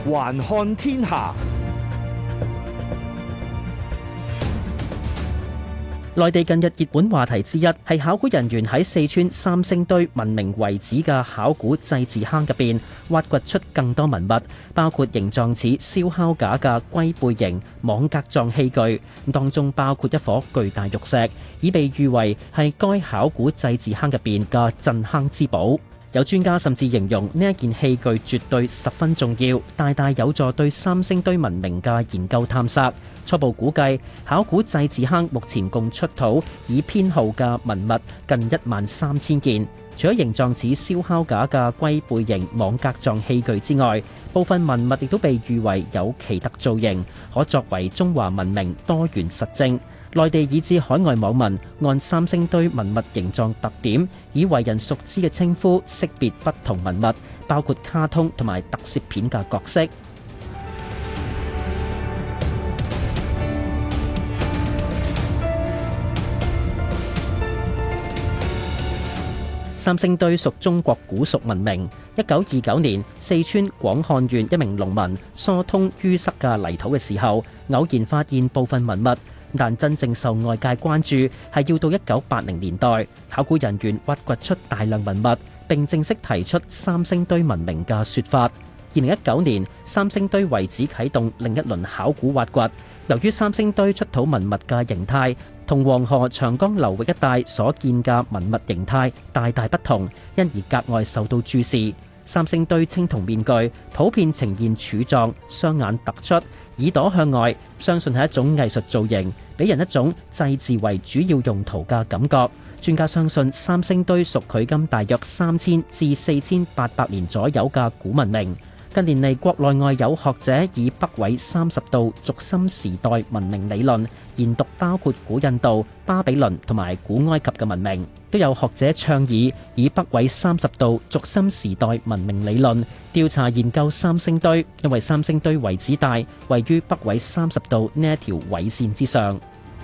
環看天下。 內地近日熱門話題之一係考古人員喺四川三星堆文明遺址嘅考古祭祀坑入邊挖掘出更多文物，包括形狀似燒烤架嘅龜背形網格狀器具，當中包括一顆巨大玉石，已被譽為係該考古祭祀坑入邊嘅鎮坑之寶。有專家甚至形容呢一件器具絕對十分重要，大大有助對三星堆文明嘅研究探索。初步估計，考古祭祀坑目前共出土以編號嘅文物近13000件。除咗形狀似燒烤架嘅龜背形網格狀器具之外，部分文物亦都被譽為有奇特造型，可作為中華文明多元實證。內地以至海外網民按三星堆文物形狀特點，以為人熟知嘅稱呼識別不同文物，包括卡通同埋特攝片嘅角色。三星堆屬中國古蜀文明。1929年，四川廣漢縣一名農民疏通淤塞嘅泥土嘅時候，偶然發現部分文物。但真正受外界關注係要到1980年代，考古人員挖掘出大量文物，並正式提出三星堆文明嘅說法。2019年，三星堆遺址啟動另一輪考古挖掘。由於三星堆出土文物嘅形態同黃河長江流域一帶所見嘅文物形態大大不同，因而格外受到注視。三星堆青銅面具普遍呈現柱狀，雙眼突出，耳朵向外，相信係一種藝術造型，俾人一種祭祀為主要用途嘅感覺。專家相信三星堆屬距今大約3000至4800年左右嘅古文明。近年嚟，國內外有學者以北緯30度軸心時代文明理論研讀包括古印度、巴比倫同埋古埃及嘅文明，都有學者倡議以北緯30度軸心時代文明理論調查研究三星堆，因為三星堆遺址大，位於北緯30度呢一條緯線之上。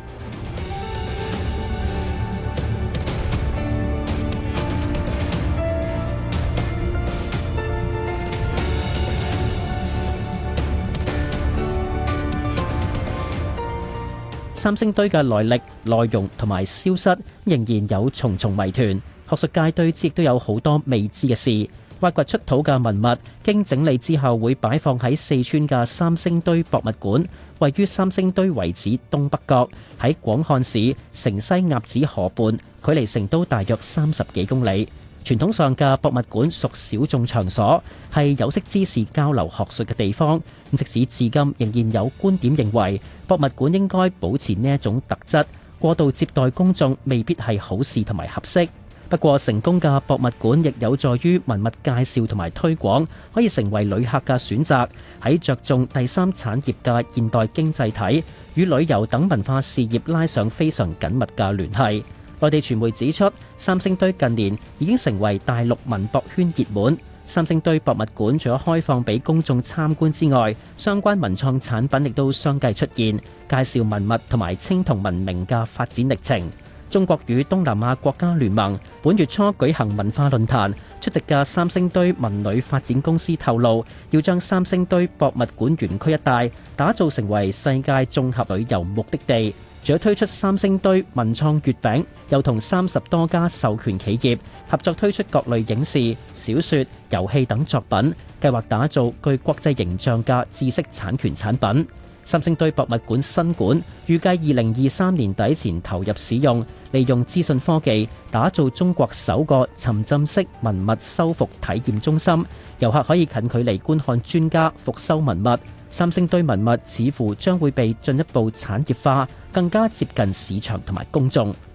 三星堆嘅來歷、內容同埋消失仍然有重重謎團，學術界對此亦都有好多未知嘅事。挖掘出土嘅文物經整理之後會擺放喺四川嘅三星堆博物館，位於三星堆遺址東北角，喺廣漢市城西鴨子河畔，距離成都大約30幾公里。傳統上嘅博物館屬小眾場所，係有識之士交流學術嘅地方。即使至今仍然有觀點認為，博物館應該保持呢一種特質，過度接待公眾未必係好事同埋合適。不過成功嘅博物館亦有助於文物介紹同埋推廣，可以成為旅客嘅選擇。喺着重第三產業嘅現代經濟體，與旅遊等文化事業拉上非常緊密嘅聯繫。內地傳媒指出，三星堆近年已經成為大陸文博圈熱門。三星堆博物館除咗開放俾公眾參觀之外，相關文創產品亦都相繼出現，介紹文物同埋青銅文明嘅發展歷程。中國與東南亞國家聯盟本月初舉行文化論壇，出席嘅三星堆文旅發展公司透露，要將三星堆博物館園區一帶打造成為世界綜合旅遊目的地。除咗推出三星堆文創月餅，又同30多家授權企業合作推出各類影視、小說、遊戲等作品，計劃打造具國際形象嘅知識產權產品。三星堆博物館新館預計2023年底前投入使用，利用資訊科技打造中國首個沉浸式文物修復體驗中心，遊客可以近距離觀看專家復修文物。三星堆文物似乎將會被進一步產業化，更加接近市場同埋公眾。